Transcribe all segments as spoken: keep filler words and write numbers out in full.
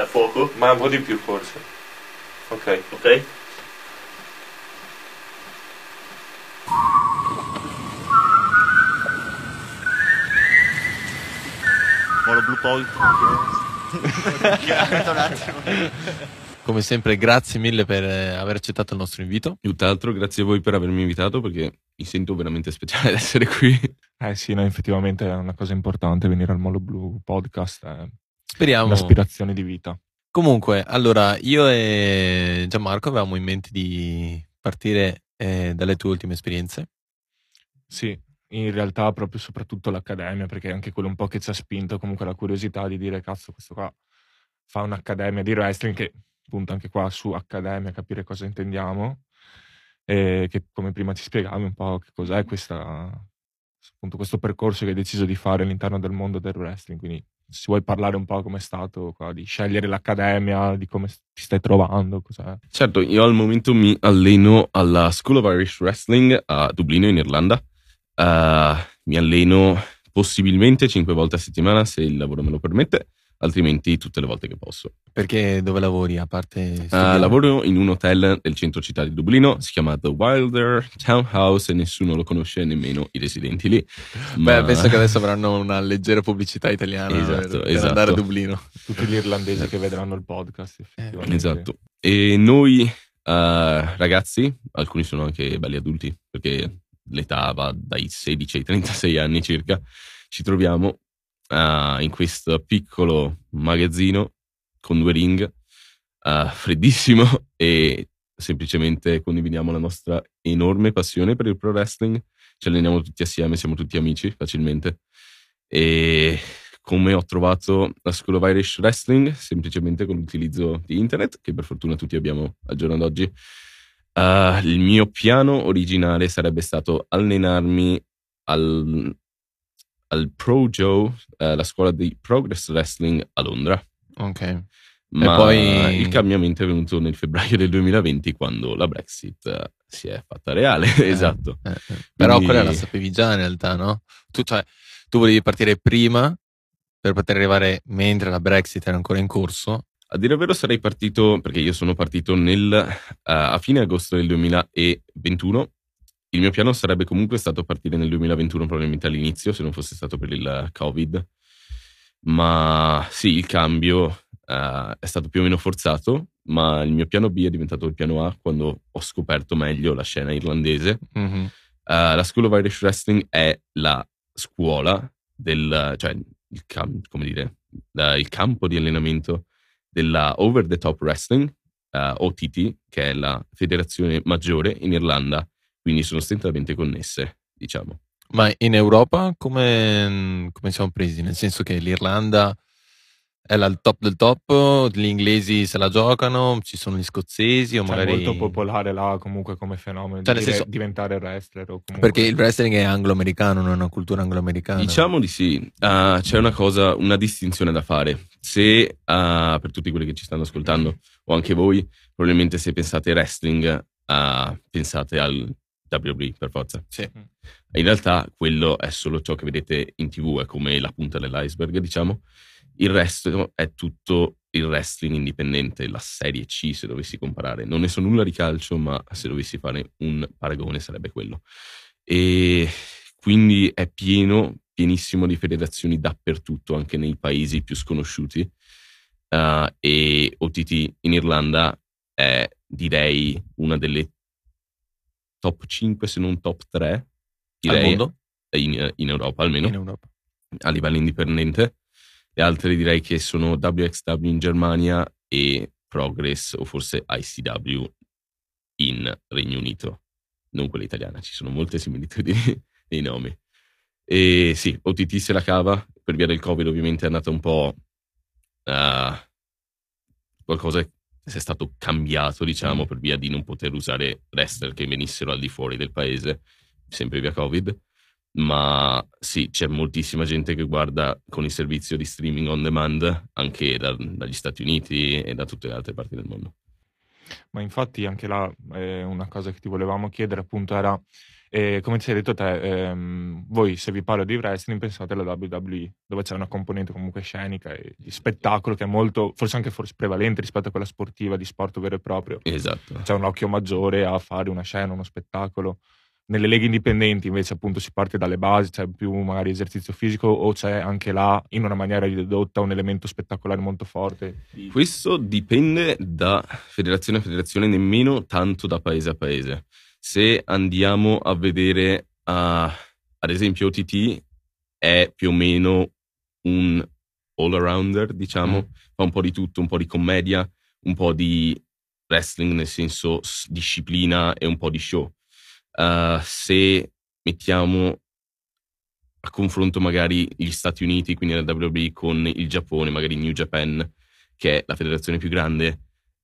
a fuoco? Ma un po' di più forse. Ok. Ok. Molo Blue Podcast. Un attimo. Come sempre, grazie mille per aver accettato il nostro invito. Tutt'altro, grazie a voi per avermi invitato, perché mi sento veramente speciale ad essere qui. Eh sì, no, effettivamente è una cosa importante venire al Molo Blu Podcast, è Speriamo. un'aspirazione di vita. Comunque, allora, io e Gianmarco avevamo in mente di partire eh, dalle tue ultime esperienze. Sì, in realtà proprio soprattutto l'accademia, perché è anche quello un po' che ci ha spinto, comunque la curiosità di dire cazzo, questo qua fa un'accademia di wrestling, che punta anche qua su accademia, capire cosa intendiamo, e che come prima ci spiegavi un po' che cos'è questa, appunto, questo percorso che hai deciso di fare all'interno del mondo del wrestling. Quindi se vuoi parlare un po' come è stato qua, di scegliere l'accademia, di come ti stai trovando, cos'è. Certo, io al momento mi alleno alla School of Irish Wrestling a Dublino, in Irlanda. Uh, mi alleno possibilmente cinque volte a settimana, se il lavoro me lo permette, altrimenti tutte le volte che posso. Perché dove lavori, a parte Uh, lavoro in un hotel del centro città di Dublino, si chiama The Wilder Townhouse e nessuno lo conosce, nemmeno i residenti lì. Beh, Ma... penso che adesso avranno una leggera pubblicità italiana Esatto, per, per esatto. andare a Dublino. Tutti gli irlandesi che vedranno il podcast, effettivamente. Esatto. E noi uh, ragazzi, alcuni sono anche belli adulti, perché l'età va dai sedici ai trentasei anni circa, ci troviamo uh, in questo piccolo magazzino con due ring, uh, freddissimo, e semplicemente condividiamo la nostra enorme passione per il pro wrestling. Ci alleniamo tutti assieme, siamo tutti amici facilmente. E come ho trovato la School of Irish Wrestling? Semplicemente con l'utilizzo di internet, che per fortuna tutti abbiamo al giorno d'oggi. Uh, il mio piano originale sarebbe stato allenarmi al, al Pro Joe, uh, la scuola di Progress Wrestling a Londra. Ok. Ma e poi il cambiamento è venuto nel febbraio del duemilaventi, quando la Brexit uh, si è fatta reale. Eh, Esatto. eh, eh. Però Quindi... quella la sapevi già in realtà, no? Tu, cioè, tu volevi partire prima per poter arrivare mentre la Brexit era ancora in corso. A dire il vero sarei partito, perché io sono partito nel, uh, a fine agosto del duemilaventuno. Il mio piano sarebbe comunque stato partire nel duemilaventuno, probabilmente all'inizio, se non fosse stato per il Covid. Ma sì, il cambio uh, è stato più o meno forzato, ma il mio piano B è diventato il piano A quando ho scoperto meglio la scena irlandese. Mm-hmm. Uh, la School of Irish Wrestling è la scuola del, cioè il, cam- come dire, la, il campo di allenamento della Over the Top Wrestling, uh, O T T, che è la federazione maggiore in Irlanda, quindi sono strettamente connesse, diciamo. Ma in Europa come, come siamo presi? Nel senso che l'Irlanda è la, il top del top, gli inglesi se la giocano, ci sono gli scozzesi o Cioè, magari... è molto popolare là comunque come fenomeno, Cioè, di nel dire- senso- diventare wrestler o comunque... Perché il wrestling è anglo-americano, non è una cultura anglo-americana. Diciamo di sì. Uh, c'è una cosa, una distinzione da fare. Se, uh, per tutti quelli che ci stanno ascoltando, o anche voi, probabilmente se pensate wrestling, uh, pensate al W W E per forza. Sì. In realtà quello è solo ciò che vedete in tivù, è come la punta dell'iceberg, diciamo. Il resto è tutto il wrestling indipendente, la serie C, se dovessi comparare. Non ne so nulla di calcio, ma se dovessi fare un paragone sarebbe quello. E quindi è pieno, pienissimo di federazioni dappertutto, anche nei paesi più sconosciuti. Uh, e O T T in Irlanda è, direi, una delle top cinque, se non top tre, direi, Al mondo? in, in Europa almeno, In Europa. a livello indipendente. Le altre direi che sono W X W in Germania e Progress o forse I C W in Regno Unito, non quella italiana, ci sono molte similitudini nei nomi. E sì, O T T se la cava, per via del Covid ovviamente è andata un po' uh, qualcosa che è stato cambiato, diciamo, per via di non poter usare wrestler che venissero al di fuori del paese, sempre via Covid. Ma sì, c'è moltissima gente che guarda con il servizio di streaming on demand anche da, dagli Stati Uniti e da tutte le altre parti del mondo. Ma infatti anche là eh, una cosa che ti volevamo chiedere appunto era E come ti sei detto te, ehm, voi se vi parlo di wrestling pensate alla W W E, dove c'è una componente comunque scenica e di spettacolo che è molto, forse anche forse prevalente rispetto a quella sportiva, di sport vero e proprio. Esatto. C'è un occhio maggiore a fare una scena, uno spettacolo. Nelle leghe indipendenti invece appunto si parte dalle basi, c'è più magari esercizio fisico o c'è anche là in una maniera ridotta un elemento spettacolare molto forte? Questo dipende da federazione a federazione, nemmeno tanto da paese a paese. Se andiamo a vedere, uh, ad esempio O T T è più o meno un all-arounder, diciamo, mm. fa un po' di tutto, un po' di commedia, un po' di wrestling nel senso disciplina e un po' di show. Uh, se mettiamo a confronto magari gli Stati Uniti, quindi la W W E, con il Giappone, magari New Japan, che è la federazione più grande,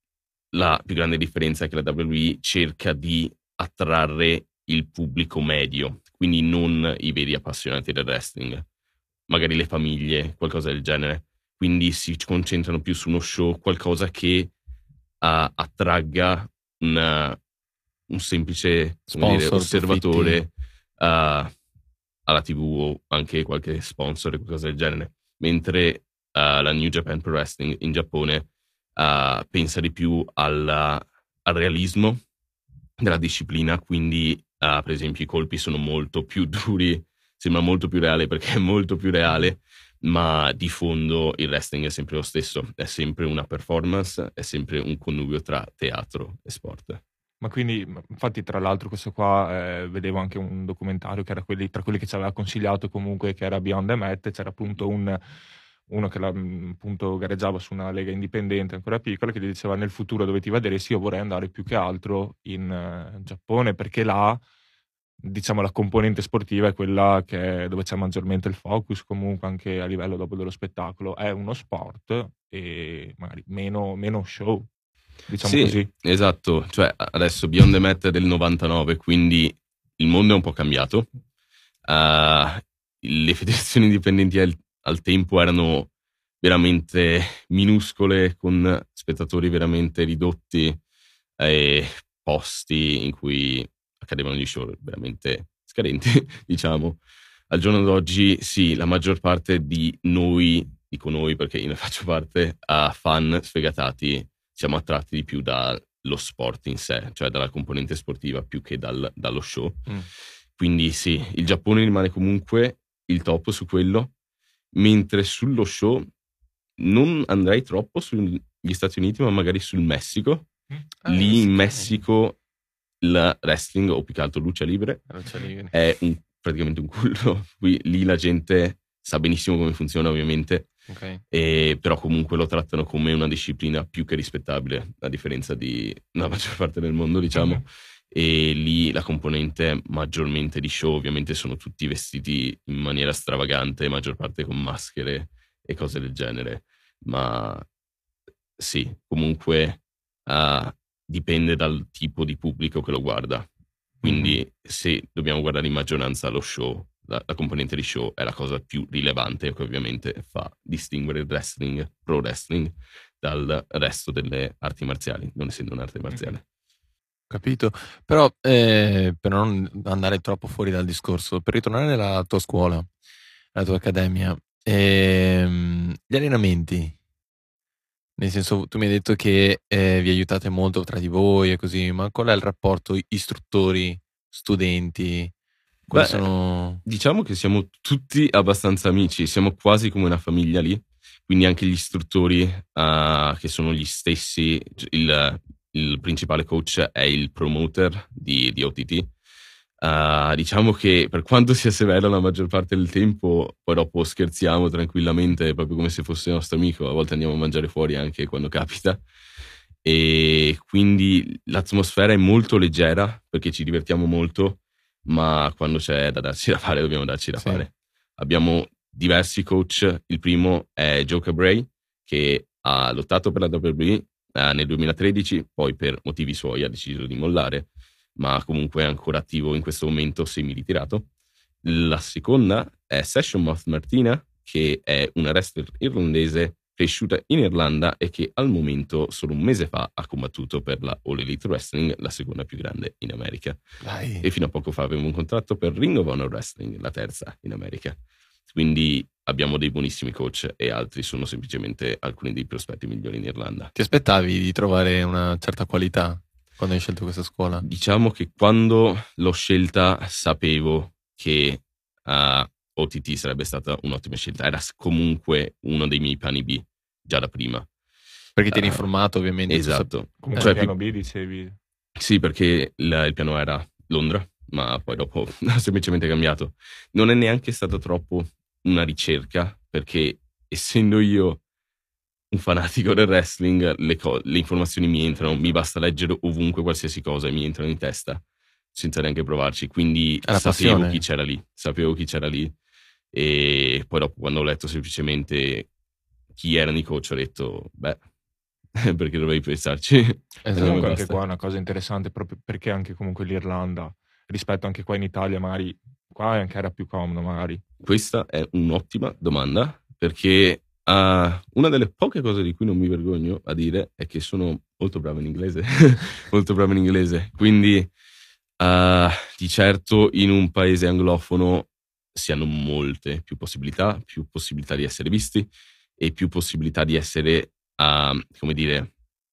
la più grande differenza è che la W W E cerca di attrarre il pubblico medio, quindi non i veri appassionati del wrestling, magari le famiglie, qualcosa del genere. Quindi si concentrano più su uno show, qualcosa che uh, attragga una un semplice come dire, osservatore uh, alla tivù o anche qualche sponsor e qualcosa del genere, mentre uh, la New Japan Pro Wrestling in Giappone uh, pensa di più alla, al realismo della disciplina, quindi uh, per esempio i colpi sono molto più duri, sembra molto più reale perché è molto più reale, ma di fondo il wrestling è sempre lo stesso, è sempre una performance, è sempre un connubio tra teatro e sport. Ma quindi, infatti, tra l'altro, questo qua eh, vedevo anche un documentario che era quelli, tra quelli che ci aveva consigliato comunque, che era Beyond the Mat, c'era appunto un, uno che la, appunto gareggiava su una lega indipendente ancora piccola, che gli diceva nel futuro dove ti vedresti io vorrei andare più che altro in uh, Giappone, perché là, diciamo, la componente sportiva è quella che, dove c'è maggiormente il focus comunque anche a livello dopo dello spettacolo, è uno sport e magari meno, meno show. Diciamo sì, così. Esatto, cioè adesso Beyond the Mat è del novantanove, quindi il mondo è un po' cambiato. Uh, le federazioni indipendenti al, al tempo erano veramente minuscole, con spettatori veramente ridotti e posti in cui accadevano gli show veramente scadenti, diciamo. Al giorno d'oggi sì, la maggior parte di noi, dico noi perché io ne faccio parte, a fan sfegatati, siamo attratti di più dallo sport in sé, cioè dalla componente sportiva più che dal, dallo show. Mm. Quindi sì, il Giappone rimane comunque il top su quello, mentre sullo show non andrei troppo sugli Stati Uniti, ma magari sul Messico. Mm. Ah, Lì in Messico il wrestling, o più che altro lucha libre, lucha libre. è un, praticamente un culto. Qui, lì la gente sa benissimo come funziona, ovviamente. Okay. E però comunque lo trattano come una disciplina più che rispettabile, a differenza di la maggior parte del mondo, diciamo. Mm-hmm. E lì la componente maggiormente di show, ovviamente sono tutti vestiti in maniera stravagante, maggior parte con maschere e cose del genere, ma sì, comunque uh, dipende dal tipo di pubblico che lo guarda. Quindi mm-hmm. se dobbiamo guardare in maggioranza lo show, La, la componente di show è la cosa più rilevante, che ovviamente fa distinguere il wrestling, pro wrestling, dal resto delle arti marziali, non essendo un'arte marziale. Capito, però eh, per non andare troppo fuori dal discorso, per ritornare nella tua scuola, nella tua accademia, ehm, gli allenamenti, nel senso, tu mi hai detto che eh, vi aiutate molto tra di voi e così, ma qual è il rapporto istruttori, studenti? Beh, sono... diciamo che siamo tutti abbastanza amici, siamo quasi come una famiglia lì, quindi anche gli istruttori uh, che sono gli stessi, il, il principale coach è il promoter di, di O T T. Uh, diciamo che per quanto sia severo la maggior parte del tempo, poi dopo scherziamo tranquillamente, proprio come se fosse nostro amico, a volte andiamo a mangiare fuori anche quando capita. E quindi l'atmosfera è molto leggera perché ci divertiamo molto, ma quando c'è da darci da fare dobbiamo darci da sì. fare. Abbiamo diversi coach, il primo è Joe Cabray, che ha lottato per la W W E eh, nel duemilatredici, poi per motivi suoi ha deciso di mollare, ma comunque è ancora attivo in questo momento, semi-ritirato. La seconda è Session Moth Martina, che è una wrestler irlandese cresciuta in Irlanda e che al momento, solo un mese fa, ha combattuto per la All Elite Wrestling, la seconda più grande in America. Dai. E fino a poco fa aveva un contratto per Ring of Honor Wrestling, la terza in America. Quindi abbiamo dei buonissimi coach e altri sono semplicemente alcuni dei prospetti migliori in Irlanda. Ti aspettavi di trovare una certa qualità quando hai scelto questa scuola? Diciamo che quando l'ho scelta sapevo che uh, O T T sarebbe stata un'ottima scelta. Era comunque uno dei miei piani B già da prima. Perché ti eri Uh, informato, ovviamente. Esatto. Comunque Cioè, il piano più- B dicevi... Sì, perché il, il piano era Londra, ma poi dopo ha semplicemente cambiato. Non è neanche stata troppo una ricerca, perché essendo io un fanatico del wrestling, le, co- le informazioni mi entrano, mi basta leggere ovunque qualsiasi cosa e mi entrano in testa senza neanche provarci. Quindi È la sapevo passione. chi c'era lì, sapevo chi c'era lì. E poi dopo, quando ho letto semplicemente chi erano i coach, ho detto, beh, perché dovevi pensarci? Esatto. Comunque basta. anche qua è una cosa interessante, proprio perché anche comunque l'Irlanda, rispetto anche qua in Italia, magari qua anche era più comodo, magari. Questa è un'ottima domanda, perché uh, una delle poche cose di cui non mi vergogno a dire è che sono molto bravo in inglese, molto bravo in inglese, quindi uh, di certo in un paese anglofono si hanno molte più possibilità, più possibilità di essere visti e più possibilità di essere, uh, come dire,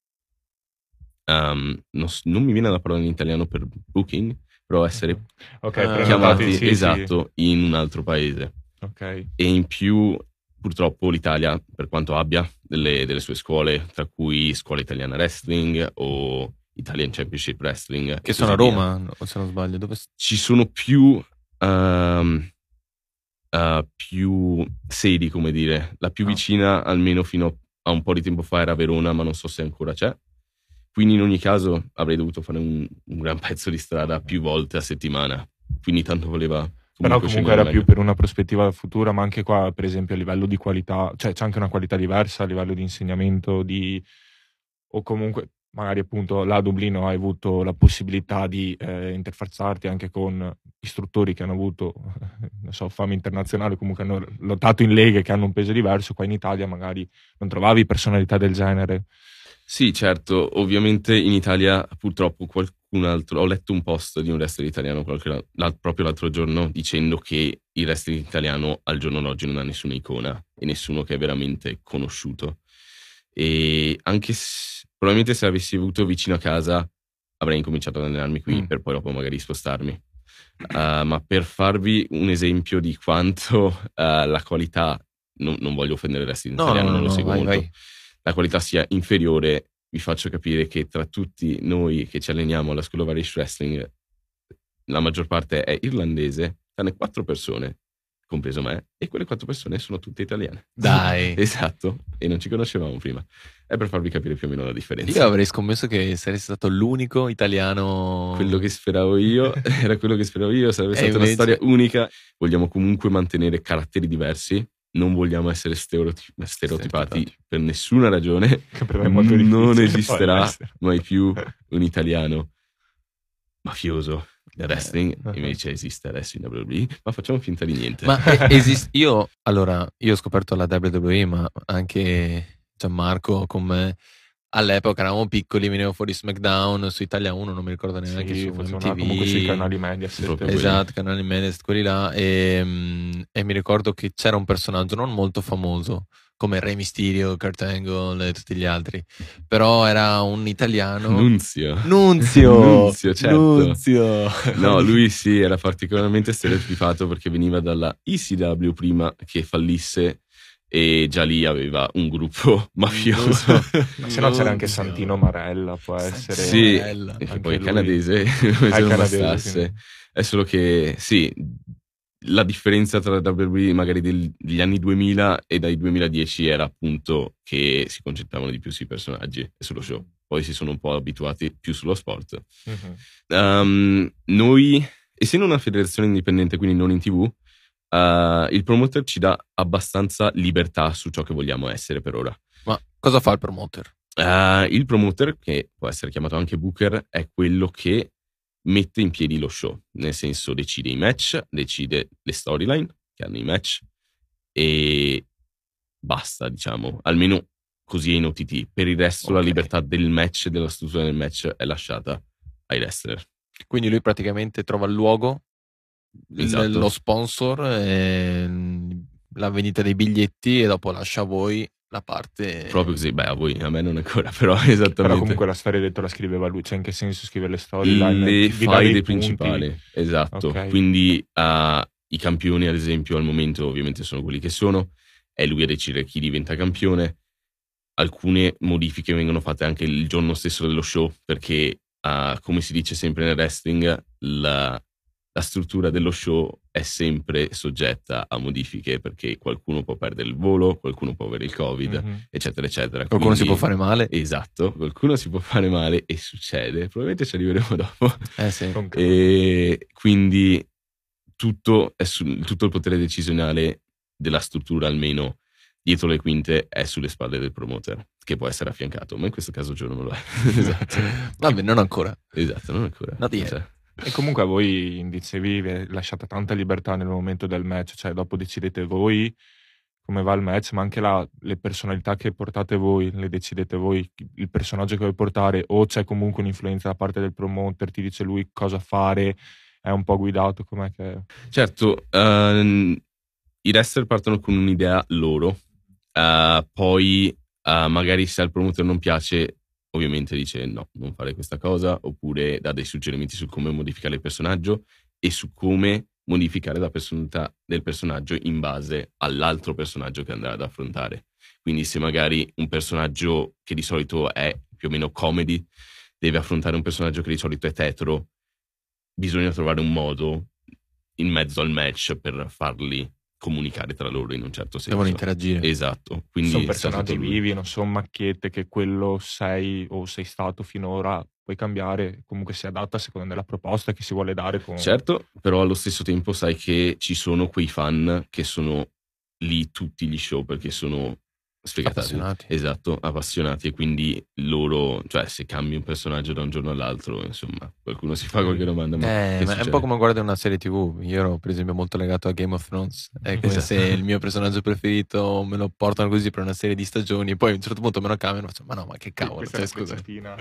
um, non, s- non mi viene la parola in italiano per booking, però essere Ok, Ah, prenotati, chiamati, sì, esatto, in un altro paese. sì. Ok. E in più, purtroppo, l'Italia, per quanto abbia delle, delle sue scuole, tra cui Scuola Italiana Wrestling o Italian Championship Wrestling, Che e sono a così via, Roma, o se non sbaglio. Dove... ci sono più, um, uh, più sedi, come dire. La più Ah. vicina, almeno fino a un po' di tempo fa, era Verona, ma non so se ancora c'è. Quindi in ogni caso avrei dovuto fare un, un gran pezzo di strada più volte a settimana. Quindi tanto voleva... Però comunque comunque scegliere era meglio. più per una prospettiva futura, ma anche qua, per esempio, a livello di qualità, cioè c'è anche una qualità diversa a livello di insegnamento, di... o comunque magari appunto là a Dublino hai avuto la possibilità di eh, interfacciarti anche con istruttori che hanno avuto, non so, fama internazionale, comunque hanno lottato in leghe che hanno un peso diverso. Qua in Italia magari non trovavi personalità del genere. Sì, certo, ovviamente in Italia purtroppo qualcun altro, ho letto un post di un wrestler italiano qualche- la- proprio l'altro giorno dicendo che il wrestling italiano al giorno d'oggi non ha nessuna icona e nessuno che è veramente conosciuto. E anche se, probabilmente se avessi avuto vicino a casa avrei incominciato ad allenarmi qui Mm. per poi dopo magari spostarmi. Uh, ma per farvi un esempio di quanto uh, la qualità, non, non voglio offendere il wrestling No, italiano, no, non no, lo no, seguo vai, molto, vai. la qualità sia inferiore, vi faccio capire che tra tutti noi che ci alleniamo alla School of Irish Wrestling, la maggior parte è irlandese, tranne quattro persone, compreso me, e quelle quattro persone sono tutte italiane. Dai. Esatto, e non ci conoscevamo prima. È per farvi capire più o meno la differenza. Io avrei scommesso che saresti stato l'unico italiano. Quello che speravo io, era quello che speravo io, sarebbe E stata una invece- storia unica. Vogliamo comunque mantenere caratteri diversi, non vogliamo essere stereoti- stereotipati Stereotipati. per nessuna ragione. Che per me è molto difficile Non poi esisterà essere. mai più un italiano mafioso nel wrestling, Eh. invece esiste adesso in W W E, ma facciamo finta di niente. Ma eh, esist- io, allora, io ho scoperto la W W E, ma anche Gianmarco con me. All'epoca eravamo piccoli, venivo fuori SmackDown su Italia uno, non mi ricordo neanche Sì, su facevano M T V. comunque sui canali Mediaset. Proprio quelli. Esatto, canali Mediaset, quelli là. E, mm, e mi ricordo che c'era un personaggio non molto famoso, come Rey Mysterio, Kurt Angle e tutti gli altri. Però era un italiano. Nunzio. Nunzio! Nunzio, certo. Nunzio! No, lui sì, era particolarmente stereotipato perché veniva dalla E C W prima che fallisse e già lì aveva un gruppo mafioso. Ma se no c'era anche Nunzio. Santino Marella, può essere. Sì, Marella. e che Anche poi è lui. canadese, Ah, come se è non canadese, bastasse. sì. È solo che, sì, la differenza tra la W W E magari del- degli anni duemila e dai duemiladieci era appunto che si concentravano di più sui personaggi e sullo show. Poi si sono un po' abituati più sullo sport. Mhm. Um, noi, essendo una federazione indipendente, quindi non in tivù, uh, il promoter ci dà abbastanza libertà su ciò che vogliamo essere per ora. Ma cosa fa il promoter? Uh, il promoter, che può essere chiamato anche booker, è quello che mette in piedi lo show, nel senso decide i match, decide le storyline che hanno i match e basta, diciamo, almeno così è in O T T. Per il resto Ok. la libertà del match, della struttura del match è lasciata ai wrestler. Quindi lui praticamente trova il luogo, l- Esatto. lo sponsor, e la vendita dei biglietti e dopo lascia a voi la parte... Proprio così, beh, a voi, a me non ancora, però Però esattamente. comunque la storia detto la scriveva lui, cioè in che senso scrive le storyline? Le Vi dà dei faide punti? principali, esatto. Ok. Quindi uh, i campioni, ad esempio, al momento ovviamente sono quelli che sono, è lui a decidere chi diventa campione. Alcune modifiche vengono fatte anche il giorno stesso dello show, perché uh, come si dice sempre nel wrestling, la, la struttura dello show è sempre soggetta a modifiche, perché qualcuno può perdere il volo, qualcuno può avere il Covid, Mhm. eccetera, eccetera. Qualcuno si Quindi- può fare male. Esatto, qualcuno si può fare male e succede, probabilmente ci arriveremo dopo. Eh sì. Con calma. E quindi tutto, è su- tutto il potere decisionale della struttura, almeno dietro le quinte, è sulle spalle del promoter, che può essere affiancato, ma in questo caso Gio non lo è. Esatto. Vabbè, non ancora. Esatto, non ancora. Not yet. Cioè, E comunque a voi, dicevi, vi è lasciata tanta libertà nel momento del match, cioè dopo decidete voi come va il match, ma anche la- le personalità che portate voi, le decidete voi, il personaggio che vuoi portare, o c'è comunque un'influenza da parte del promoter, ti dice lui cosa fare, è un po' guidato, com'è che... certo, ehm, i wrestler partono con un'idea loro, eh, poi eh, magari se al promoter non piace, ovviamente dice no, non fare questa cosa, oppure dà dei suggerimenti su come modificare il personaggio e su come modificare la personalità del personaggio in base all'altro personaggio che andrà ad affrontare. Quindi se magari un personaggio che di solito è più o meno comedy deve affrontare un personaggio che di solito è tetro, bisogna trovare un modo in mezzo al match per farli comunicare tra loro in un certo senso. Devono interagire. Esatto. Quindi sono sta personaggi tutto lui. vivi, non sono macchiette che quello sei o sei stato finora, puoi cambiare, comunque si adatta secondo me alla proposta che si vuole dare con... Certo, però allo stesso tempo sai che ci sono quei fan che sono lì tutti gli show perché sono sfegatati. Appassionati. Esatto, appassionati, e quindi loro, cioè se cambi un personaggio da un giorno all'altro, insomma, qualcuno si fa qualche domanda, ma, Eh, che ma è un succede? po' come guardare una serie tivù. Io ero per esempio molto legato a Game of Thrones. È come Esatto. se il mio personaggio preferito me lo portano così per una serie di stagioni e poi a un certo punto me lo cambiano e faccio ma no, ma che cavolo, Questa è cioè, la scusa. frecciatina.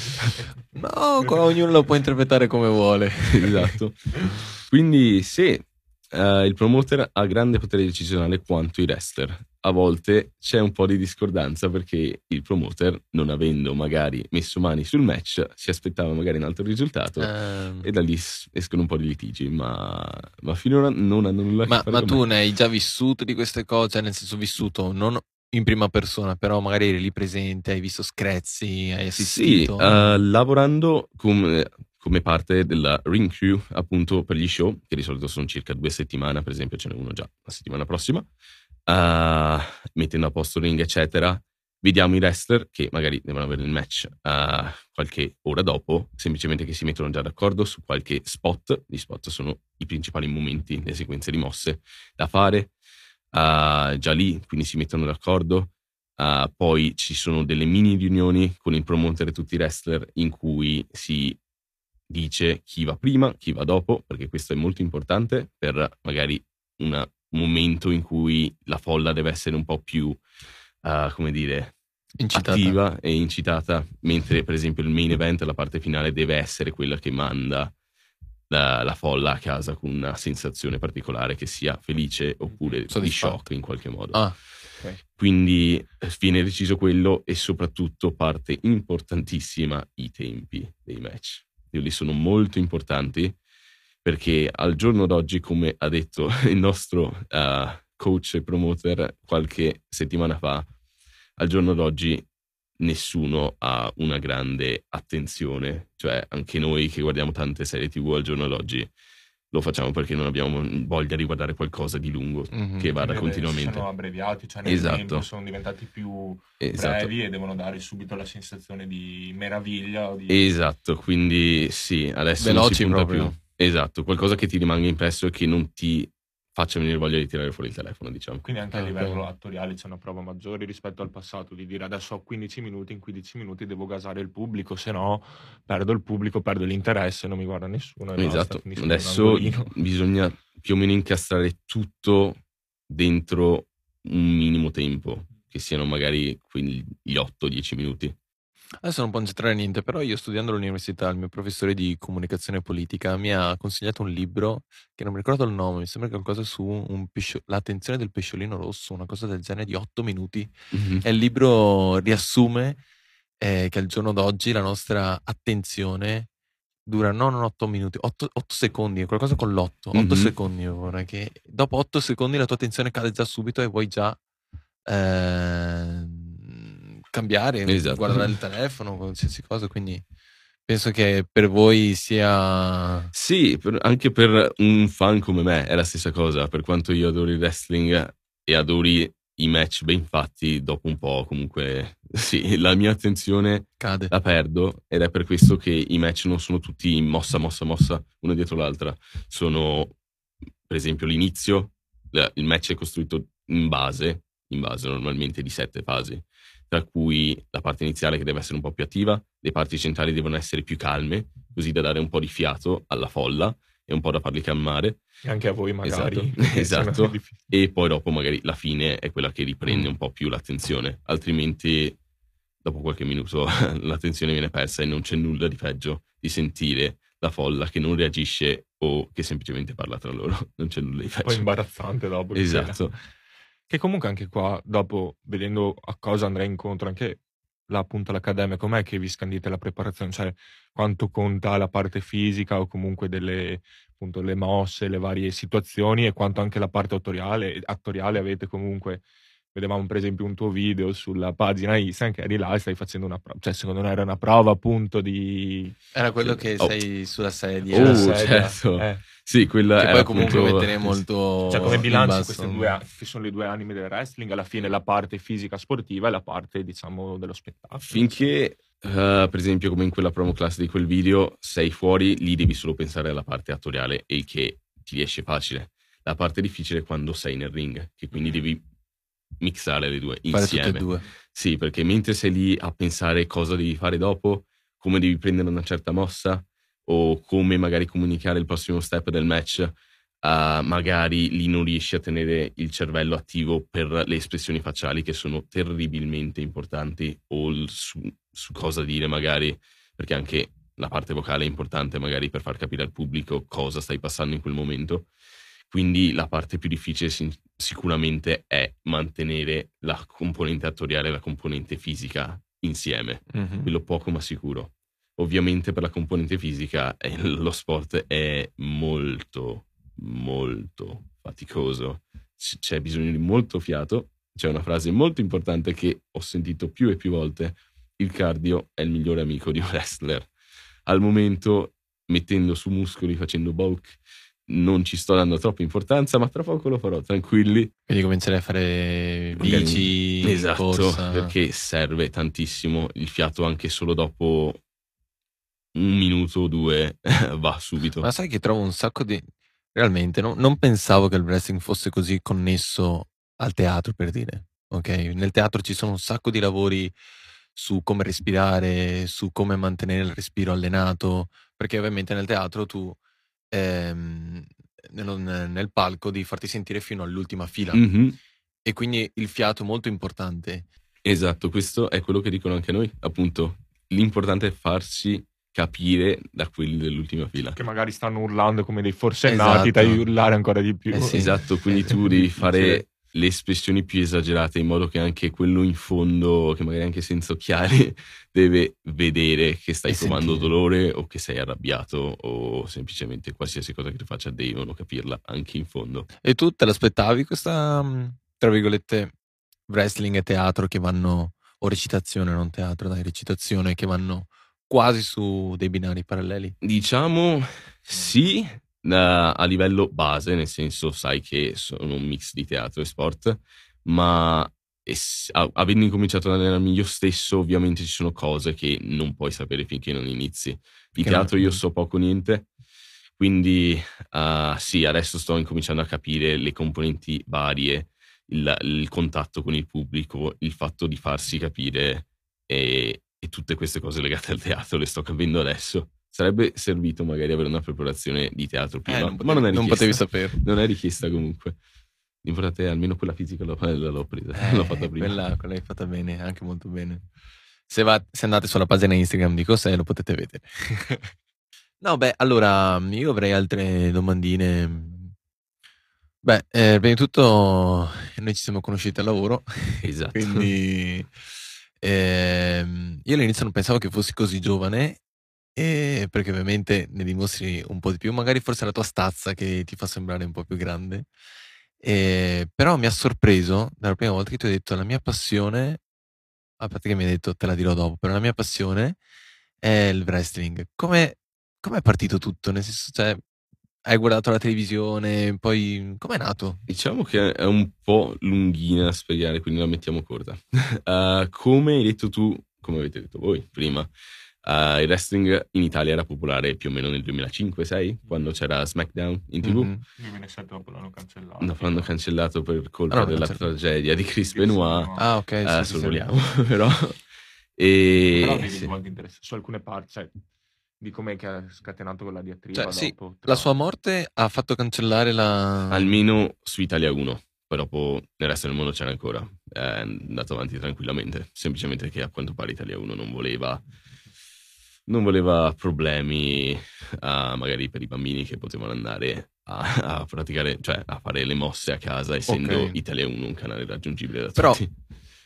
No, qua ognuno lo può interpretare come vuole. Esatto. Quindi se eh, il promoter ha grande potere decisionale quanto i wrestler, a volte c'è un po' di discordanza perché il promoter, non avendo magari messo mani sul match, si aspettava magari un altro risultato Ehm, e da lì s- escono un po' di litigi, ma, ma finora non hanno nulla a che ma, fare ma con tu me. ne hai già vissuto di queste cose? Cioè, nel senso vissuto, non in prima persona, però magari eri lì presente, hai visto screzi, hai Sì, assistito. eh, lavorando come, come parte della ring crew appunto per gli show, che di solito sono circa due settimane, per esempio ce n'è uno già la settimana prossima, eh, mettendo a posto il ring eccetera, vediamo i wrestler che magari devono avere il match eh, qualche ora dopo, semplicemente che si mettono già d'accordo su qualche spot. Gli spot sono i principali momenti, le sequenze di mosse da fare, eh, già lì, quindi si mettono d'accordo. Uh, poi ci sono delle mini riunioni con il promoter e tutti i wrestler in cui si dice chi va prima, chi va dopo, perché questo è molto importante per magari una- un momento in cui la folla deve essere un po' più, uh, come dire, Incitata. attiva e incitata, mentre per esempio il main event, la parte finale, deve essere quella che manda la, la folla a casa con una sensazione particolare, che sia felice oppure di Soddisfatta. shock in qualche modo. Ah, Quindi eh, viene deciso quello e soprattutto parte importantissima i tempi dei match. Io li sono molto importanti perché al giorno d'oggi, come ha detto il nostro uh, coach e promoter qualche settimana fa, al giorno d'oggi nessuno ha una grande attenzione. Cioè anche noi che guardiamo tante serie tivù al giorno d'oggi lo facciamo perché non abbiamo voglia di guardare qualcosa di lungo mhm. che vada Deve- continuamente. Sono abbreviati, cioè nel Esatto. tempo sono diventati più Esatto. brevi e devono dare subito la sensazione di meraviglia o di... Esatto, quindi sì, adesso non Veloci si punta proprio. più. Esatto, qualcosa che ti rimanga impresso e che non ti faccia venire voglia di tirare fuori il telefono, diciamo. Quindi anche a Ah, livello ok. attoriale c'è una prova maggiore rispetto al passato, di dire adesso ho quindici minuti, in quindici minuti devo gasare il pubblico, se no perdo il pubblico, perdo l'interesse, non mi guarda nessuno e basta, Esatto, finisco in un adesso angolino. bisogna più o meno incastrare tutto dentro un minimo tempo, che siano magari quegli otto dieci minuti. Adesso non può entrare niente, però io studiando all'università, il mio professore di comunicazione politica mi ha consigliato un libro che non mi ricordo il nome, mi sembra qualcosa su un pescio- l'attenzione del pesciolino rosso, una cosa del genere di otto minuti. Mhm. E il libro riassume eh, che al giorno d'oggi la nostra attenzione dura no, non otto minuti, otto secondi, qualcosa con l'otto, otto Mhm. secondi. Io vorrei che dopo otto secondi la tua attenzione cade già subito e vuoi già ehm, cambiare, Esatto. guardare il telefono, qualsiasi cosa. Quindi penso che per voi sia Sì, per- anche per un fan come me è la stessa cosa. Per quanto io adori il wrestling e adori i match ben fatti, dopo un po' comunque sì, la mia attenzione cade. la perdo, ed è per questo che i match non sono tutti mossa, mossa, mossa, una dietro l'altra. Sono, per esempio, l'inizio, la- il match è costruito in base, in base normalmente di sette fasi, tra cui la parte iniziale che deve essere un po' più attiva, le parti centrali devono essere più calme, così da dare un po' di fiato alla folla e un po' da farli calmare. E anche a voi magari. Esatto, perché esatto. sono difficili. E poi dopo magari la fine è quella che riprende Mm. un po' più l'attenzione, altrimenti dopo qualche minuto l'attenzione viene persa e non c'è nulla di peggio di sentire la folla che non reagisce o che semplicemente parla tra loro. Non c'è nulla di Un po' peggio. imbarazzante dopo. che Esatto. Che comunque anche qua, dopo, vedendo a cosa andrà incontro, anche la, appunto l'accademia, com'è che vi scandite la preparazione? Cioè, quanto conta la parte fisica o comunque delle, appunto, le mosse, le varie situazioni e quanto anche la parte attoriale, attoriale avete comunque... Vedevamo per esempio un tuo video sulla pagina Instagram che eri là e stai facendo una prova, cioè secondo me era una prova appunto di... Era quello che Oh. sei sulla sedia. Oh, sulla sedia. certo. Eh. Sì, quella Che è poi comunque appunto- metterei molto Cioè come in bilanci basso. queste due, a- che sono le due anime del wrestling, alla fine la parte fisica sportiva e la parte diciamo dello spettacolo. Finché, uh, per esempio, come in quella promo class di quel video, sei fuori, lì devi solo pensare alla parte attoriale, e il che ti riesce facile. La parte difficile è quando sei nel ring, che quindi devi mixare le due Fare insieme. tutte e due. Sì, perché mentre sei lì a pensare cosa devi fare dopo, come devi prendere una certa mossa, o come magari comunicare il prossimo step del match, uh, magari lì non riesci a tenere il cervello attivo per le espressioni facciali, che sono terribilmente importanti, o il su, su cosa dire magari, perché anche la parte vocale è importante magari per far capire al pubblico cosa stai passando in quel momento. Quindi la parte più difficile sin- sicuramente è mantenere la componente attoriale e la componente fisica insieme. Mhm. Quello poco ma sicuro. Ovviamente per la componente fisica eh, lo sport è molto, molto faticoso. C- c'è bisogno di molto fiato. C'è una frase molto importante che ho sentito più e più volte: il cardio è il migliore amico di un wrestler. Al momento, mettendo su muscoli, facendo bulk, non ci sto dando troppa importanza, ma tra poco lo farò, tranquilli. Quindi comincerei a fare bici, Esatto, corsa. perché serve tantissimo il fiato, anche solo dopo un minuto o due va subito. Ma sai che trovo un sacco di... Realmente, no? Non pensavo che il wrestling fosse così connesso al teatro, per dire. Ok? Nel teatro ci sono un sacco di lavori su come respirare, su come mantenere il respiro allenato, perché ovviamente nel teatro tu ehm, nello- nel palco devi farti sentire fino all'ultima fila, Mhm. e quindi il fiato è molto importante. Esatto, questo è quello che dicono anche noi, appunto. L'importante è farsi capire da quelli dell'ultima fila. Che magari stanno urlando come dei forsennati, Esatto. da urlare ancora di più. Eh sì. Esatto, quindi tu devi fare le espressioni più esagerate in modo che anche quello in fondo, che magari anche senza occhiali, deve vedere che stai E provando sentire. dolore o che sei arrabbiato, o semplicemente qualsiasi cosa che tu faccia devono capirla anche in fondo. E tu te l'aspettavi questa, mh, tra virgolette, wrestling e teatro che vanno, o recitazione, non teatro, dai, recitazione, che vanno quasi su dei binari paralleli? Diciamo sì, a a livello base, nel senso sai che sono un mix di teatro e sport, ma es- a- avendo incominciato ad allenarmi io stesso, ovviamente ci sono cose che non puoi sapere finché non inizi. Di Che teatro non- io so poco o niente, quindi ah, sì, adesso sto incominciando a capire le componenti varie, il, il contatto con il pubblico, il fatto di farsi capire, e, e tutte queste cose legate al teatro le sto capendo adesso. Sarebbe servito magari avere una preparazione di teatro prima, Eh, non ma potevi, non è non richiesta. potevi saperlo. Non è richiesta comunque. L'importante è almeno quella fisica l'ho, l'ho presa, Eh, l'ho fatta prima. Quella, quella è fatta bene, anche molto bene. Se, va, se andate sulla pagina Instagram di Cos'è lo potete vedere. No, beh, allora io avrei altre domandine. Beh, eh, prima di tutto noi ci siamo conosciuti al lavoro, Esatto. quindi ehm, io all'inizio non pensavo che fossi così giovane, e perché ovviamente ne dimostri un po' di più, magari forse è la tua stazza che ti fa sembrare un po' più grande. E, però mi ha sorpreso dalla prima volta che ti ho detto la mia passione, a parte che mi hai detto te la dirò dopo, però la mia passione è il wrestling. Come è partito tutto? Nel senso, cioè, hai guardato la televisione, poi com'è nato? Diciamo che è un po' lunghina da spiegare, quindi la mettiamo corta. Uh, come hai detto tu, come avete detto voi prima, uh, il wrestling in Italia era popolare più o meno nel duemilacinque sei, quando c'era SmackDown in tivù. Mhm. duemilasette dopo l'hanno cancellato. No, l'hanno cancellato per colpa Ah, no, della cancellato. tragedia di Chris Chris Benoit. Benoit. Ah, ok, Uh, sì, sì, sì. sorvoliamo, però. E Però avevi sì. molto interesse su alcune parti, cioè, di com'è che ha scatenato quella diatriba Cioè, sì, dopo. tra- la sua morte ha fatto cancellare la... Almeno su Italia uno, poi dopo nel resto del mondo c'era ancora, è andato avanti tranquillamente, semplicemente che a quanto pare Italia uno non voleva non voleva problemi uh, magari per i bambini che potevano andare a, a praticare, cioè a fare le mosse a casa, essendo Ok. Italia uno un canale raggiungibile da Però- tutti.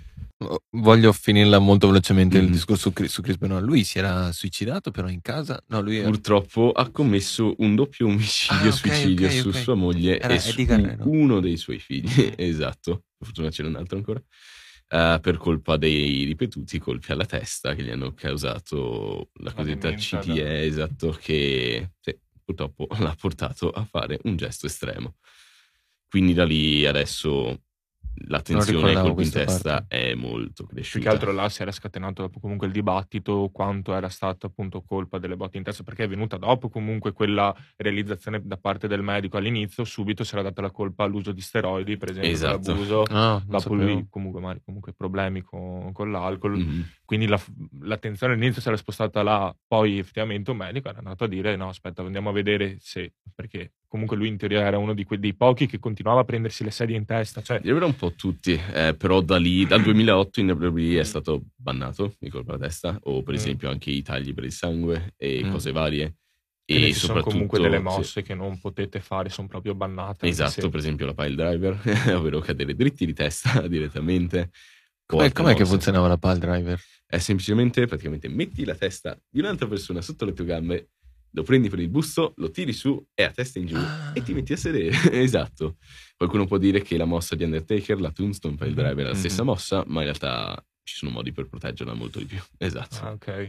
Voglio finirla molto velocemente il Mhm. discorso su Chris, su Chris Benoit. Lui si era suicidato però in casa? No, lui era... Purtroppo ha commesso un doppio omicidio Ah, ok, suicidio ok, su ok. sua moglie Era e su Eddie Guerrero. uno dei suoi figli. Esatto, per fortuna c'era un altro ancora. Uh, per colpa dei ripetuti colpi alla testa che gli hanno causato la cosiddetta demenza, C T E, esatto, che sì, purtroppo l'ha portato a fare un gesto estremo. Quindi da lì adesso l'attenzione ai ricordavo colpi in questa testa parte. è molto Più che cresciuta. altro là si era scatenato dopo comunque il dibattito quanto era stato appunto colpa delle botte in testa, perché è venuta dopo comunque quella realizzazione da parte del medico. All'inizio subito si era data la colpa all'uso di steroidi, per esempio, Esatto. per l'abuso. Ah, non Dopo sapevo. lui comunque magari comunque problemi con, con l'alcol, Mhm. quindi la- l'attenzione all'inizio si era spostata là, poi effettivamente un medico era andato a dire no aspetta andiamo a vedere se, perché comunque lui in teoria era uno di quei dei pochi che continuava a prendersi le sedie in testa, cioè Direi un po' tutti, eh, però da lì, dal duemilaotto in W W E è stato bannato il colpo alla testa, o per Mm. esempio anche i tagli per il sangue e Mm. cose varie. quindi E ci sono soprattutto comunque delle sì. mosse che non potete fare, sono proprio bannate. anche Esatto, se- per esempio la pile driver, ovvero cadere dritti di testa direttamente. o Com'è, altre com'è che mosse. funzionava la pile driver? È semplicemente, praticamente, metti la testa di un'altra persona sotto le tue gambe, lo prendi per il busto, lo tiri su e a testa in giù Ah. e ti metti a sedere. Esatto. Qualcuno può dire che la mossa di Undertaker, la Tombstone Pile Driver, è la Mhm. stessa mossa, ma in realtà ci sono modi per proteggerla molto di più. Esatto. Ah, ok.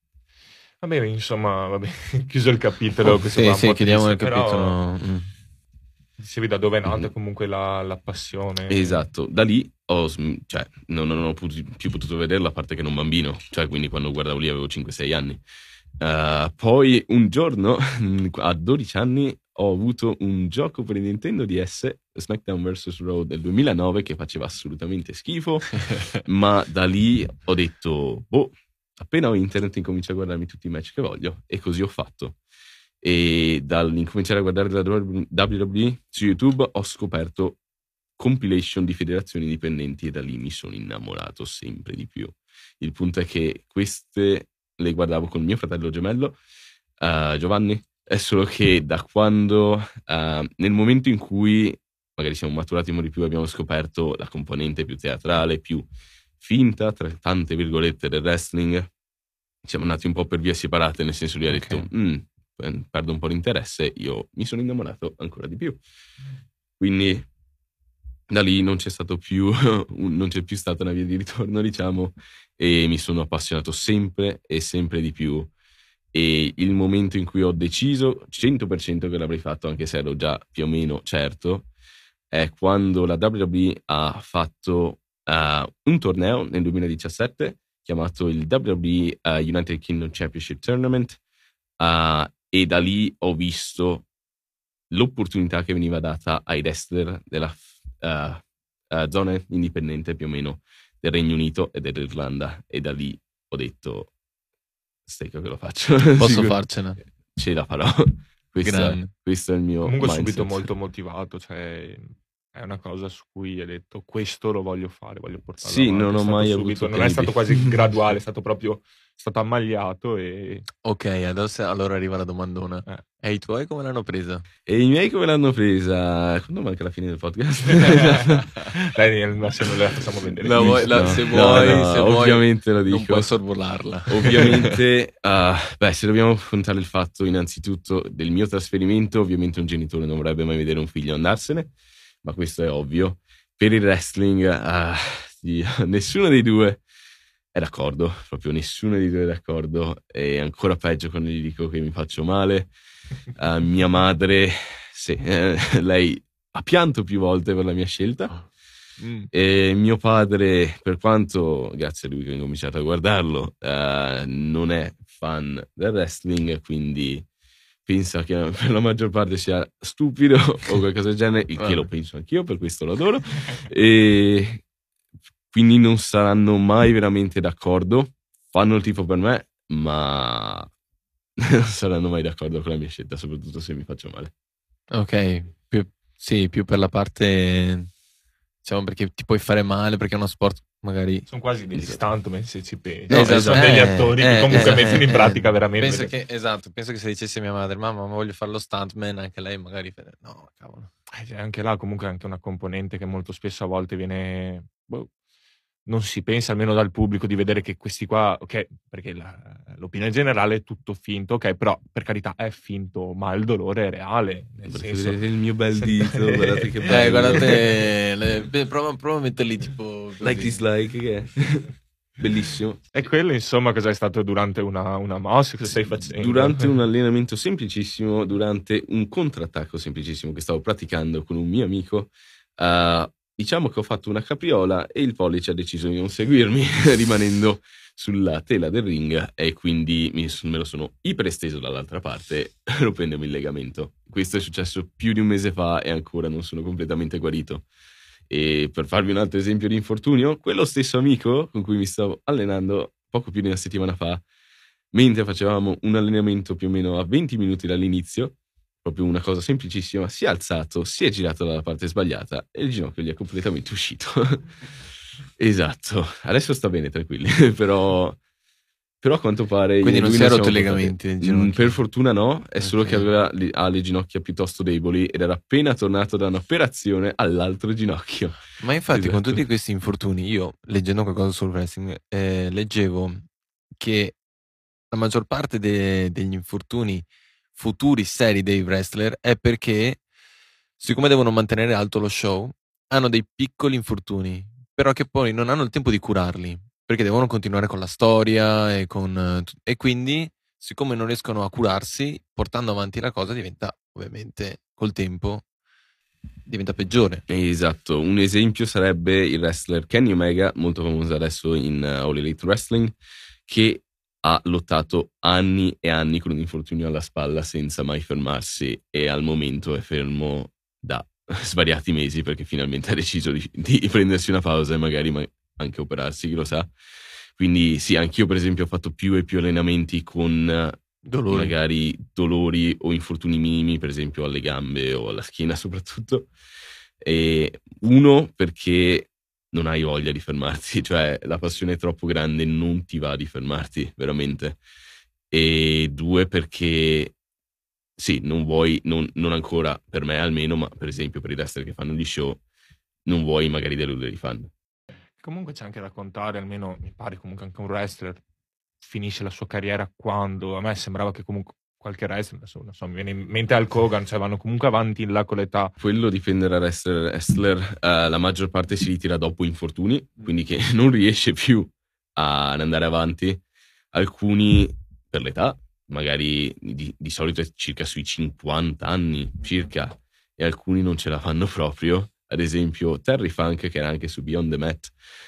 Va bene, insomma, vabbè, chiuso il capitolo. questo Sì, qua è un sì, po' chiediamo il triste, però capitolo. Mm. dicevi da dove è nata Mhm. comunque la, la passione. Esatto. Da lì ho, sm- cioè, non, non ho pu- più potuto vederla, a parte che ero un bambino. Cioè, quindi quando guardavo lì avevo cinque sei anni. Uh, poi un giorno, a dodici anni, ho avuto un gioco per il Nintendo D S, SmackDown versus. Raw del duemilanove, che faceva assolutamente schifo, ma da lì ho detto, boh, appena ho internet incomincio a guardarmi tutti i match che voglio, e così ho fatto. E dall'incominciare a guardare la W W E su YouTube ho scoperto compilation di federazioni indipendenti e da lì mi sono innamorato sempre di più. Il punto è che queste le guardavo con mio fratello gemello, uh, Giovanni, è solo che da quando, uh, nel momento in cui magari siamo maturati un po' di più, abbiamo scoperto la componente più teatrale, più finta, tra tante virgolette, del wrestling, siamo andati un po' per vie separate, nel senso di aver Ok. detto, "Mm, perdo un po' l'interesse", io mi sono innamorato ancora di più. Quindi da lì non c'è stato più, non c'è più stata una via di ritorno, diciamo, e mi sono appassionato sempre e sempre di più. E il momento in cui ho deciso cento per cento che l'avrei fatto, anche se ero già più o meno certo, è quando la W W E ha fatto uh, un torneo nel duemiladiciassette chiamato il W W E uh, United Kingdom Championship Tournament, uh, e da lì ho visto l'opportunità che veniva data ai wrestler della uh, uh, zona indipendente più o meno del Regno Unito e dell'Irlanda, e da lì ho detto stecco che lo faccio. Posso Sicur- farcela? Ce la farò. Questo è, Grande. questo è il mio Comunque mindset. subito molto motivato, cioè è una cosa su cui hai detto questo lo voglio fare, voglio portarlo Sì, avanti. non È ho stato mai subito, avuto non è stato tempi. quasi graduale, è stato proprio è stato ammagliato e Ok, adesso allora arriva la domandona. eh. E i tuoi come l'hanno presa? E i miei come l'hanno presa? Quando manca la fine del podcast? Dai, no, se non le facciamo vedere. La vuoi- la- No, se no, vuoi, no, se vuoi, ovviamente lo non dico. puoi sorvolarla. Ovviamente, ah, beh, se dobbiamo affrontare il fatto innanzitutto del mio trasferimento, ovviamente un genitore non vorrebbe mai vedere un figlio andarsene, ma questo è ovvio. Per il wrestling, ah, sì, nessuno dei due è d'accordo, proprio nessuno dei due è d'accordo, e ancora peggio quando gli dico che mi faccio male. Uh, mia madre, sì, eh, lei ha pianto più volte per la mia scelta. Mm. E mio padre, per quanto, grazie a lui che ho cominciato a guardarlo, uh, non è fan del wrestling, quindi pensa che per la maggior parte sia stupido o qualcosa del genere, il che lo penso anch'io, per questo lo adoro. E quindi non saranno mai veramente d'accordo. Fanno il tifo per me, ma non saranno mai d'accordo con la mia scelta, soprattutto se mi faccio male. Ok, più, sì, più per la parte, diciamo, perché ti puoi fare male, perché è uno sport magari... Sono quasi degli stuntman se ci pensi. No, Cioè, sono esatto. degli Eh, attori eh, che comunque eh, mettono in eh, pratica eh. veramente. Penso che, esatto, penso che se dicesse mia madre, mamma, ma voglio fare lo stuntman, anche lei magari... fa- No, cavolo. Eh, cioè, anche là comunque è anche una componente che molto spesso a volte viene boh, non si pensa almeno dal pubblico di vedere che questi qua, ok, perché la, l'opinione generale è tutto finto, ok, però per carità è finto, ma il dolore è reale, nel Perché senso vedete il mio bel dito, guardate che Eh, bello. guardate, le- beh, prova, prova a metterli tipo... così. Like dislike, che è? Bellissimo. E quello insomma cosa è stato durante una, una mossa, cosa stai facendo? Durante un allenamento semplicissimo, durante un contrattacco semplicissimo che stavo praticando con un mio amico, uh, diciamo che ho fatto una capriola e il pollice ha deciso di non seguirmi, rimanendo sulla tela del ring, e quindi mi, me lo sono iperesteso dall'altra parte, rompendomi il legamento. Questo è successo più di un mese fa e ancora non sono completamente guarito. E per farvi un altro esempio di infortunio, quello stesso amico con cui mi stavo allenando poco più di una settimana fa, mentre facevamo un allenamento più o meno a venti minuti dall'inizio, proprio una cosa semplicissima, si è alzato, si è girato dalla parte sbagliata e il ginocchio gli è completamente uscito. Esatto, adesso sta bene, tranquilli, però... Però a quanto pare... Quindi io e non lui si è siamo rotto i portati- legamenti del Mm, ginocchio? Per fortuna no, è solo Ok. che aveva le- ha le ginocchia piuttosto deboli ed era appena tornato da un'operazione all'altro ginocchio. Ma infatti con Esatto. tutti questi infortuni, io leggendo qualcosa sul wrestling, eh, leggevo che la maggior parte de- degli infortuni futuri seri dei wrestler è perché, siccome devono mantenere alto lo show, hanno dei piccoli infortuni, però che poi non hanno il tempo di curarli, perché devono continuare con la storia e con... eh, tut- e quindi, siccome non riescono a curarsi, portando avanti la cosa diventa, ovviamente, col tempo, diventa peggiore. Esatto, un esempio sarebbe il wrestler Kenny Omega, molto famoso adesso in uh, All Elite Wrestling, che ha lottato anni e anni con un infortunio alla spalla senza mai fermarsi e al momento è fermo da svariati mesi perché finalmente ha deciso di, di prendersi una pausa e magari ma- anche operarsi, chi lo sa. Quindi sì, anch'io per esempio ho fatto più e più allenamenti con uh, Dolore. magari dolori o infortuni minimi, per esempio alle gambe o alla schiena soprattutto. E uno, perché non hai voglia di fermarti, cioè la passione è troppo grande, non ti va di fermarti, veramente. E due, perché sì, non vuoi, non, non ancora per me almeno, ma per esempio per i wrestler che fanno gli show, non vuoi magari deludere i fan. Comunque c'è anche da contare, almeno mi pare comunque anche un wrestler finisce la sua carriera quando, a me sembrava che comunque qualche wrestler, adesso non so, mi viene in mente Hulk Hogan, cioè vanno comunque avanti in là con l'età. Quello dipende da wrestler, wrestler eh, la maggior parte si ritira dopo infortuni, quindi che non riesce più ad andare avanti. Alcuni per l'età, magari di, di solito è circa sui cinquanta anni circa, e alcuni non ce la fanno proprio. Ad esempio Terry Funk, che era anche su Beyond the Mat,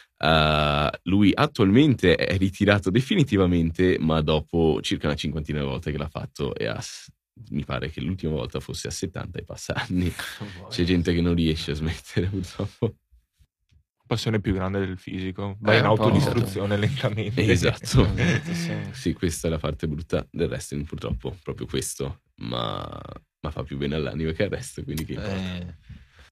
uh, lui attualmente è ritirato definitivamente, ma dopo circa una cinquantina di volte che l'ha fatto, e ha, mi pare che l'ultima volta fosse a settanta e passa anni. C'è gente che non riesce a smettere purtroppo. Passione più grande del fisico, va Eh, in un po'. autodistruzione lentamente. Esatto. Sì. Sì, questa è la parte brutta del wrestling, purtroppo, proprio questo, ma, ma fa più bene all'anima che al resto, quindi che importa. Eh,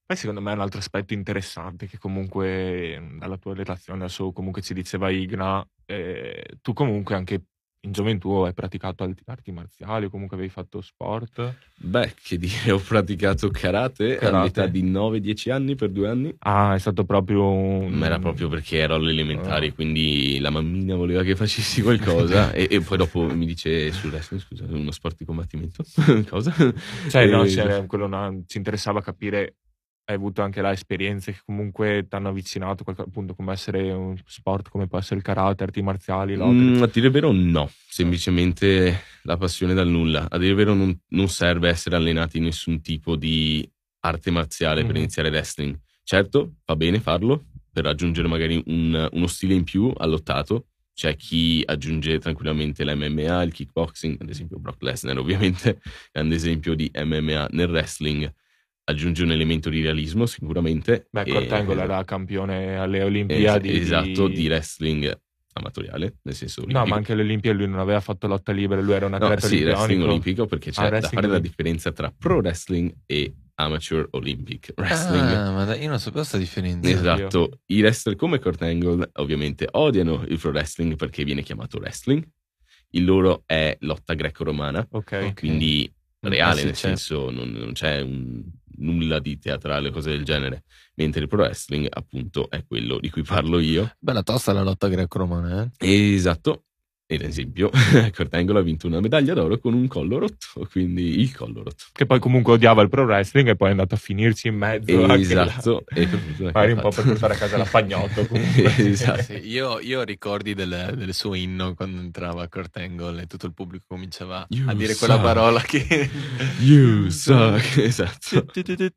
Poi secondo me è un altro aspetto interessante che comunque dalla tua relazione, adesso comunque ci diceva Igna, eh, tu comunque anche in gioventù hai praticato arti, arti marziali o comunque avevi fatto sport? Beh, che dire, ho praticato karate, Karate. all'età di nove dieci anni per due anni. Ah, è stato proprio un... Ma era proprio perché ero alle elementari, Ah. quindi la mammina voleva che facessi qualcosa e, e poi dopo mi dice sul wrestling, scusa, uno sport di combattimento? Cosa? Cioè, no, E- cioè, quello no, ci interessava capire, hai avuto anche là esperienze che comunque ti hanno avvicinato, qualche- appunto, come essere un sport, come può essere il karate, arti marziali, lotte. Mm, a dire il vero no, semplicemente la passione dal nulla. A dire il vero non, non serve essere allenati in nessun tipo di arte marziale per Mhm. iniziare wrestling. Certo, va bene farlo per raggiungere magari un- uno stile in più allottato. C'è chi aggiunge tranquillamente l'M M A, il kickboxing, ad esempio Brock Lesnar ovviamente, grande esempio di M M A nel wrestling. Aggiunge un elemento di realismo sicuramente. Beh, e- Kurt Angle era campione alle Olimpiadi. Es- esatto, di wrestling amatoriale, nel senso No, olimpico. ma anche alle Olimpiadi lui non aveva fatto lotta libera, lui era un No, atleta sì, wrestling olimpionico. olimpico perché c'è Ah, da wrestling fare la olimpico. differenza tra pro wrestling e amateur Olympic wrestling. Ah, ma dai, io non sapevo questa differenza. Esatto, i wrestler come Kurt Angle ovviamente odiano il pro wrestling perché viene chiamato wrestling. Il loro è lotta greco-romana, Ok. quindi Mm, reale, eh sì, nel certo. senso non, non c'è un- nulla di teatrale o cose del genere. Mentre il pro wrestling appunto è quello di cui parlo io. Bella tosta la lotta greco-romana, eh? Esatto. Ed esempio, Kurt Angle ha vinto una medaglia d'oro con un collo rotto, quindi il collo rotto. Che poi comunque odiava il pro wrestling e poi è andato a finirci in mezzo. anche Esatto. là. E per fortuna che Magari ha un po' fatto. per portare a casa la pagnotto comunque. Esatto. Sì, io, io ho ricordi del, del suo inno quando entrava Kurt Angle e tutto il pubblico cominciava You a dire quella suck. parola che... You suck. Esatto.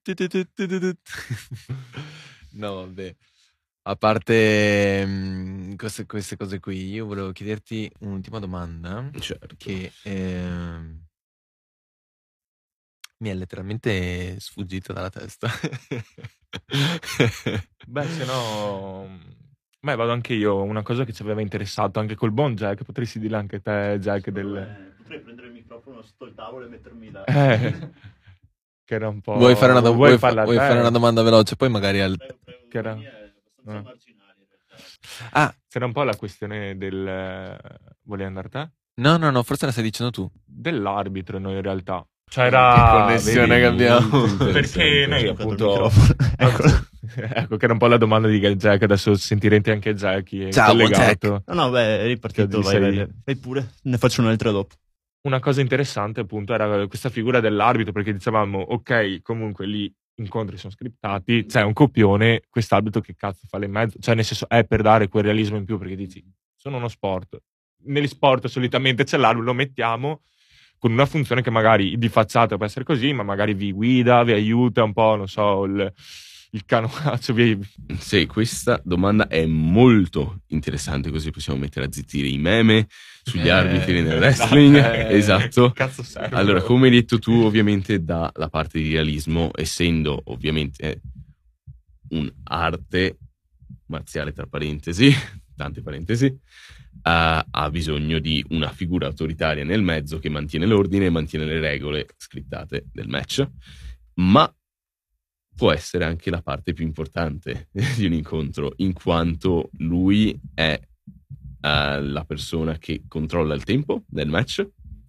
No, vabbè. A parte mm, queste, queste cose qui, io volevo chiederti un'ultima domanda Certo. che ehm, mi è letteralmente sfuggita dalla testa. Beh, se no... Beh, vado anche io. Una cosa che ci aveva interessato anche col buon Jack, potresti dire anche te, Jack, del... Eh, Potrei prendere il microfono sotto il tavolo e mettermi là. Eh, che era un po'... Vuoi fare una, do- vuoi vuoi fa- farla a vuoi te? fare una domanda veloce, poi magari al... Prego, prego, Che era- la mia è abbastanza Ah. marginale in realtà. Ah, C'era un po' la questione del... Volevi andare te? no, no, no, forse la stai dicendo tu. Dell'arbitro noi in realtà. Cioè era... Che connessione vedi, che abbiamo. molto Perché interessante. noi Ho giocato il appunto... microfono. Eccolo. ecco, che era un po' la domanda di Jack, adesso sentirete anche Jack Ciao, buon collegato. No, no, beh, è ripartito, Che vai, sei- vai, vai pure. Ne faccio un'altra dopo. Una cosa interessante appunto era questa figura dell'arbitro, perché dicevamo, ok, comunque lì incontri sono scriptati, c'è un copione, quest'arbitro che cazzo fa in mezzo? Cioè nel senso è per dare quel realismo in più, perché dici, sono uno sport. Negli sport solitamente c'è l'arbitro, lo mettiamo con una funzione che magari di facciata può essere così, ma magari vi guida, vi aiuta un po', non so, il, il canoaccio, vi... Sì, questa domanda è molto interessante, così possiamo mettere a zittire i meme sugli Eh, arbitri nel wrestling. Eh, Esatto. che cazzo serve? Allora, come hai detto tu, ovviamente dalla parte di realismo, essendo ovviamente eh, un'arte marziale, tra parentesi, tante parentesi, ha, ha bisogno di una figura autoritaria nel mezzo che mantiene l'ordine e mantiene le regole scrittate del match, ma può essere anche la parte più importante di un incontro, in quanto lui è eh, la persona che controlla il tempo del match.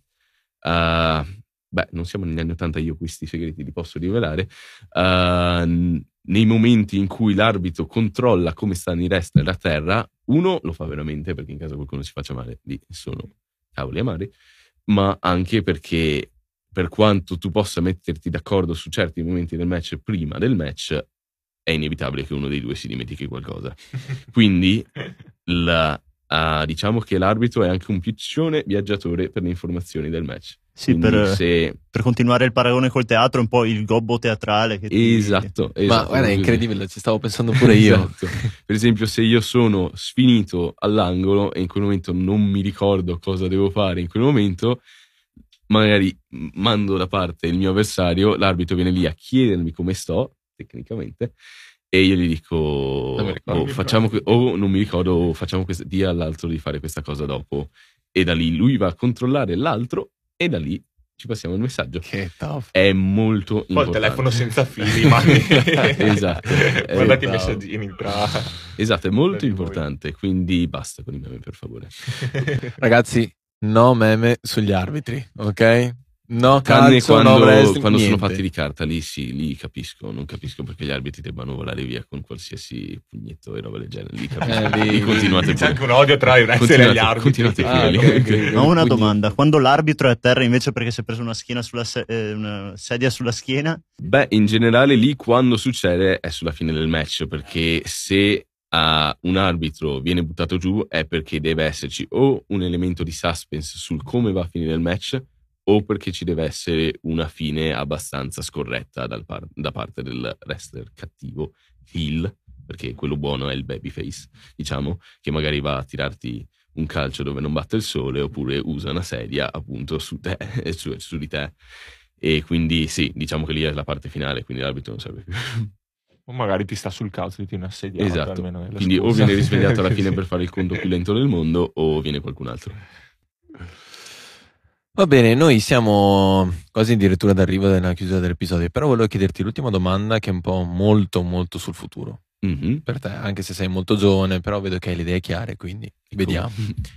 Uh, beh, non siamo negli anni ottanta, io questi segreti li posso rivelare. Uh, nei momenti in cui l'arbitro controlla come stanno i wrestler a terra, uno lo fa veramente perché in caso qualcuno si faccia male, lì sono cavoli amari, ma anche perché per quanto tu possa metterti d'accordo su certi momenti del match prima del match, è inevitabile che uno dei due si dimentichi qualcosa. Quindi la, uh, diciamo che l'arbitro è anche un piccione viaggiatore per le informazioni del match. Sì, Quindi per, se... per continuare il paragone col teatro, un po' il gobbo teatrale. Che ti- Esatto, Ma esatto, guarda, è così. incredibile, ci stavo pensando pure io. Esatto. Per esempio, se io sono sfinito all'angolo e in quel momento non mi ricordo cosa devo fare in quel momento, magari mando da parte il mio avversario, l'arbitro viene lì a chiedermi come sto, tecnicamente, e io gli dico Non mi ricordo. "Oh, facciamo que- o non mi ricordo, o facciamo questa, dia all'altro di fare questa cosa dopo", e da lì lui va a controllare l'altro e da lì ci passiamo il messaggio. Che top. È molto Poi il importante. telefono senza fili, ma Esatto. guardate i Eh, messaggini tra... Esatto, è molto Tra di voi. importante, quindi basta con i meme, per favore. Ragazzi, no meme sugli arbitri, ok? No Tranne calcio, quando, no wrestling, quando sono niente. fatti di carta, lì sì, lì capisco. Non capisco perché gli arbitri debbano volare via con qualsiasi pugnetto e roba del genere. Lì capisco. Eh, lì- Lì continuate C'è anche pure. un odio tra i wrestler e gli Continuate, arbitri. continuate Ah, pure lì. ok, ok, ok. Ma una Quindi- domanda, quando l'arbitro è a terra invece perché si è preso una, schiena sulla se- eh, una sedia sulla schiena, Beh, in generale lì quando succede è sulla fine del match, perché se uh, un arbitro viene buttato giù è perché deve esserci o un elemento di suspense sul come va a finire il match, o perché ci deve essere una fine abbastanza scorretta dal par- da parte del wrestler cattivo, heel, perché quello buono è il babyface, diciamo, che magari va a tirarti un calcio dove non batte il sole, oppure usa una sedia appunto su te e su, su di te. E quindi sì, diciamo che lì è la parte finale, quindi l'arbitro non serve più. O magari ti sta sul cazzo di ti una sedia. Esatto, almeno è la quindi o scusa. viene risvegliato alla fine Sì. per fare il conto più lento del mondo, o viene qualcun altro. Va bene, noi siamo quasi addirittura d'arrivo della chiusura dell'episodio, però volevo chiederti l'ultima domanda che è un po' molto molto sul futuro. Mhm. Per te, anche se sei molto giovane, però vedo che hai le idee chiare, quindi vediamo.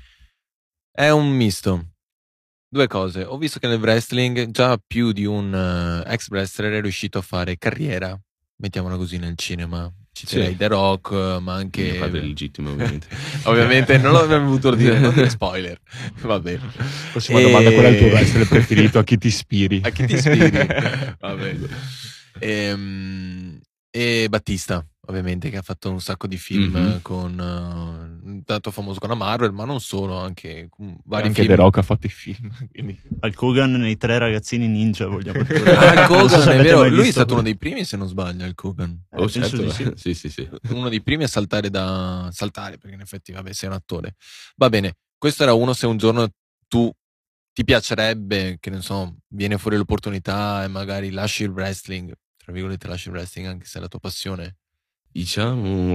È un misto. Due cose. Ho visto che nel wrestling già più di un eh, ex wrestler è riuscito a fare carriera, mettiamola così, nel cinema. Citerei Sì. The Rock, eh, ma anche... Mio padre legittimo, ovviamente. Ovviamente non l'avremmo voluto dire, non dire spoiler. Va bene. Prossima E- domanda, qual è il tuo wrestler preferito? A chi ti ispiri? A chi ti ispiri? Va bene. Ehm, E, Battista, ovviamente, che ha fatto un sacco di film Mhm. con... eh, tanto famoso con la Marvel, ma non solo, anche con vari Anche film. The Rock ha fatto i film. Quindi... Hulk Hogan nei Tre ragazzini ninja, vogliamo dire. Hulk Non so Hogan, se è avete vero, mai lui è visto stato uno quello. dei primi, se non sbaglio, Hulk Hogan. Oh, penso certo. di sì. Sì, sì, sì. Uno dei primi a saltare da... saltare, perché in effetti, vabbè, sei un attore. Va bene, questo era uno se un giorno tu ti piacerebbe, che ne so, viene fuori l'opportunità e magari lasci il wrestling, tra virgolette lasci il wrestling anche se è la tua passione. Diciamo,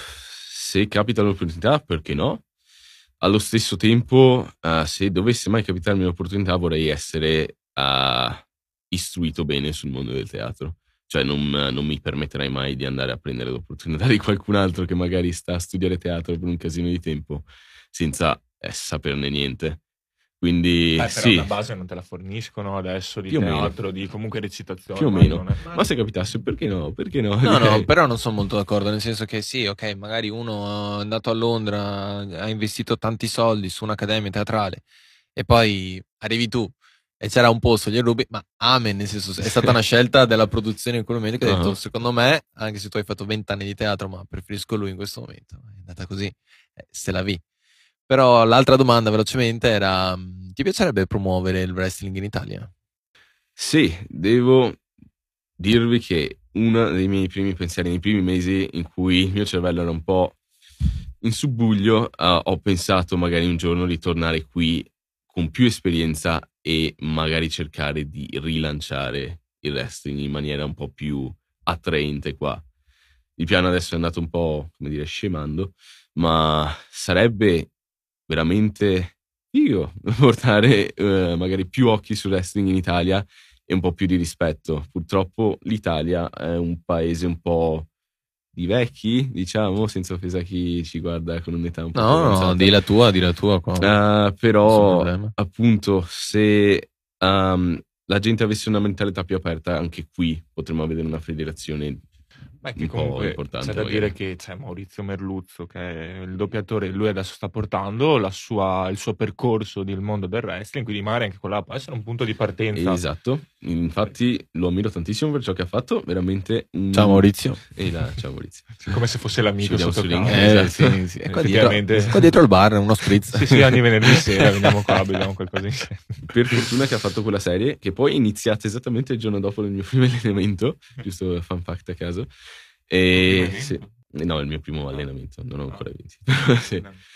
se capita l'opportunità, perché no? Allo stesso tempo, eh, se dovesse mai capitarmi l'opportunità, vorrei essere eh, istruito bene sul mondo del teatro. Cioè non, non mi permetterei mai di andare a prendere l'opportunità di qualcun altro che magari sta a studiare teatro per un casino di tempo senza eh, saperne niente. Quindi Eh, però sì, una base non te la forniscono adesso di Più o meno. teatro, di comunque recitazione. più o ma meno. non è- Ma se capitasse, perché no? Perché no? No, no, Direi. però non sono molto d'accordo, nel senso che sì, ok, magari uno è andato a Londra, ha investito tanti soldi su un'accademia teatrale e poi arrivi tu e c'era un posto, glielo rubi, ma amen, nel senso è stata una scelta della produzione in quel momento che ha detto, Uh-huh. secondo me, anche se tu hai fatto vent'anni di teatro, ma preferisco lui in questo momento, è andata così, eh, se la vi. Però l'altra domanda velocemente era, mh, ti piacerebbe promuovere il wrestling in Italia? Sì, devo dirvi che uno dei miei primi pensieri, nei primi mesi in cui il mio cervello era un po' in subbuglio, eh, ho pensato magari un giorno di tornare qui con più esperienza e magari cercare di rilanciare il wrestling in maniera un po' più attraente qua. Il piano adesso è andato un po', come dire, scemando, ma sarebbe veramente figo portare eh, magari più occhi sul wrestling in Italia e un po' più di rispetto. Purtroppo l'Italia è un paese un po' di vecchi, diciamo, senza offesa a chi ci guarda con un'età un po' più No, no, avanzata. di la tua, di la tua qua. Uh, Nessun però problema. appunto se um, la gente avesse una mentalità più aperta, anche qui potremmo avere una federazione Beh, che un po' comunque importante. c'è da magari. dire che c'è Maurizio Merluzzo, che è il doppiatore, lui adesso sta portando la sua, il suo percorso del mondo del wrestling, quindi magari anche quello là può essere un punto di partenza. Esatto, infatti lo ammiro tantissimo per ciò che ha fatto, veramente un... Ciao Maurizio. E là, ciao Maurizio. Come se fosse l'amico Ci vediamo sotto su casa. LinkedIn. Eh, Esatto. sì, sì. E qua, dietro, Effettivamente. qua dietro al bar, uno spritz. Sì, sì, ogni venerdì sera veniamo qua, beviamo qualcosa insieme. Per fortuna che ha fatto quella serie, che poi è iniziata esattamente il giorno dopo del mio primo allenamento, giusto fun fact a caso. E Primo sì, allenamento? no, il mio primo Ah. allenamento, non ho Ah. ancora vinto. Sì.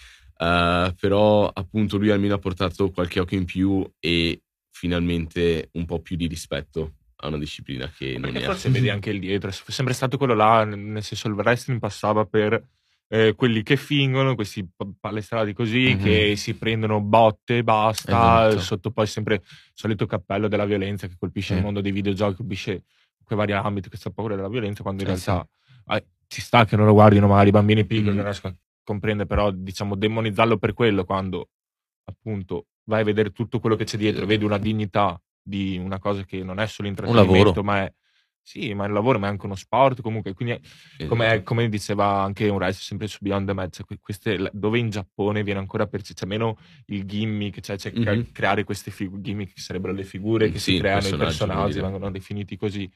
Uh, però appunto lui almeno ha portato qualche occhio in più e finalmente un po' più di rispetto a una disciplina che non Perché ne ha. forse vedi anche il dietro, è sempre stato quello là, nel senso il wrestling passava per eh, quelli che fingono, questi pa- palestrati così, Mhm. che si prendono botte e basta, Esatto. sotto poi sempre il solito cappello della violenza che colpisce Sì. il mondo dei videogiochi, colpisce quei vari ambiti, questa paura della violenza, quando in Sì, realtà eh, ci sta che non lo guardino magari i bambini piccoli, Mhm. non riesco a comprendere, però diciamo demonizzarlo per quello, quando appunto vai a vedere tutto quello che c'è dietro, Esatto. vedi una dignità di una cosa che non è solo lavoro. intrattenimento, ma è sì, ma è un lavoro, ma è anche uno sport comunque, quindi è- come, Esatto. come diceva anche un ragazzo sempre su Beyond the Match, que- queste, dove in Giappone viene ancora per c'è meno il gimmick, cioè c'è cre- Mhm. creare queste figu- gimmick che sarebbero le figure che Sì, si creano, i personaggi, personaggi come dire. vengono definiti così,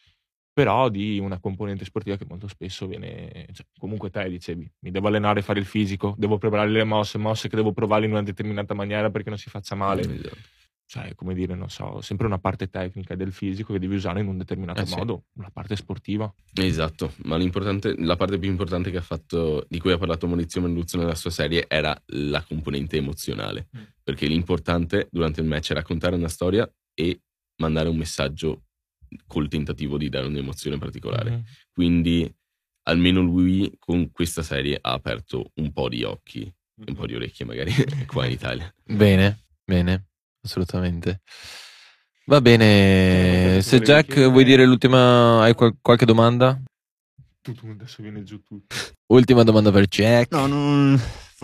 però di una componente sportiva che molto spesso viene, cioè, comunque te dicevi, mi devo allenare a fare il fisico, devo provare le mosse, mosse che devo provarle in una determinata maniera perché non si faccia male. Esatto. Cioè, come dire, non so, sempre una parte tecnica del fisico che devi usare in un determinato Eh sì. modo, una parte sportiva. Esatto, ma l'importante, la parte più importante che ha fatto, di cui ha parlato Maurizio Menduzzo nella sua serie, era la componente emozionale. Mm. Perché l'importante durante il match è raccontare una storia e mandare un messaggio col tentativo di dare un'emozione particolare. Mhm. Quindi almeno lui con questa serie ha aperto un po' di occhi e un po' di orecchie magari qua in Italia. Bene, bene, assolutamente. Va Eh, bene. cosa Se volevi Jack chiedere? vuoi dire l'ultima, hai qual- qualche domanda? Tu, tu, adesso viene giù tutto. Ultima domanda per Jack. No, non-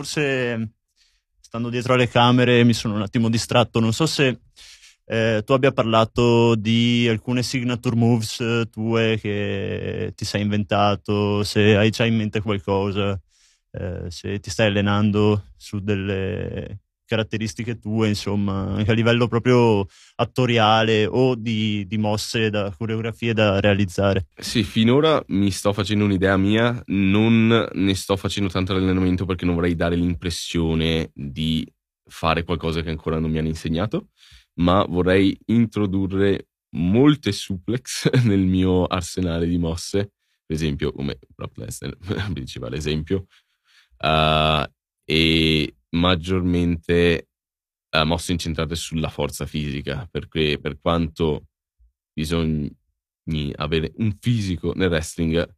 forse stando dietro alle camere mi sono un attimo distratto. Non so se eh, tu abbia parlato di alcune signature moves eh, tue che ti sei inventato, se hai già in mente qualcosa, eh, se ti stai allenando su delle caratteristiche tue, insomma, anche a livello proprio attoriale o di, di mosse, da coreografie da realizzare. Sì, finora mi sto facendo un'idea mia, non ne sto facendo tanto l'allenamento perché non vorrei dare l'impressione di fare qualcosa che ancora non mi hanno insegnato, ma vorrei introdurre molte suplex nel mio arsenale di mosse, per esempio come Brock Lesnar, principale esempio, uh, e maggiormente uh, mosse incentrate sulla forza fisica, perché per quanto bisogna avere un fisico nel wrestling,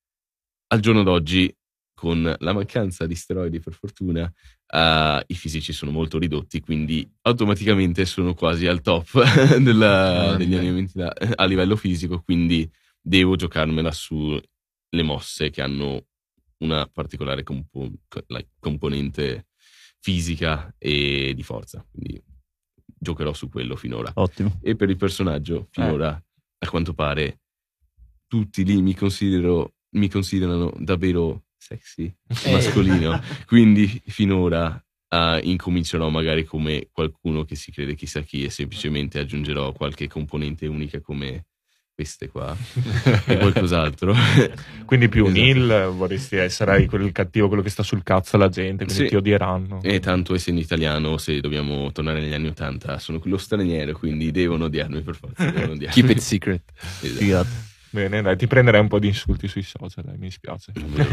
al giorno d'oggi, con la mancanza di steroidi per fortuna, uh, i fisici sono molto ridotti, quindi automaticamente sono quasi al top della, degli allenamenti da- a livello fisico, quindi devo giocarmela sulle mosse che hanno una particolare compo- like, componente fisica e di forza, quindi giocherò su quello finora. Ottimo. E per il personaggio, finora, a quanto pare, tutti lì mi considero mi considerano davvero sexy, Eh. mascolino, quindi finora uh, incomincerò magari come qualcuno che si crede chissà chi e semplicemente aggiungerò qualche componente unica come queste qua e qualcos'altro. Quindi più un Esatto. heel vorresti essere, sarai quel cattivo, quello che sta sul cazzo alla gente, quindi Sì. ti odieranno. E tanto essendo italiano, se dobbiamo tornare negli anni Ottanta, sono quello straniero, quindi devono odiarmi per forza. Devono odiarmi. Keep it secret. Esatto. Figata. Bene, dai, ti prenderai un po' di insulti sui social, dai, mi dispiace.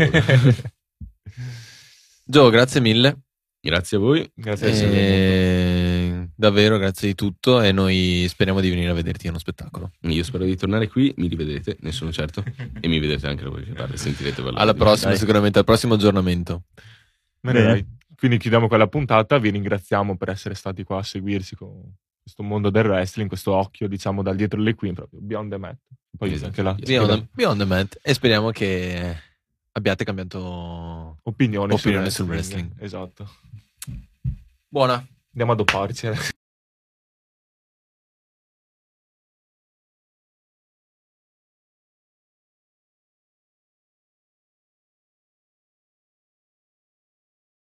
Gio, grazie mille. Grazie a voi. Grazie di essere venuto. Eh, davvero, grazie di tutto. E noi speriamo di venire a vederti a uno spettacolo. Io spero di tornare qui, mi rivedrete, ne sono certo, e mi vedrete anche da qualche parte, sentirete parlare. Alla di me. prossima, Dai. sicuramente, al prossimo aggiornamento. Bene, Bene. dai. Quindi chiudiamo quella puntata, vi ringraziamo per essere stati qua a seguirci con questo mondo del wrestling, questo occhio, diciamo, dal dietro le queen, proprio Beyond the Mat. Poi Esatto. anche la Beyond the, Beyond the Mat. E speriamo che abbiate cambiato opinione, opinione sul wrestling. Esatto. Buona. Andiamo a dopparci.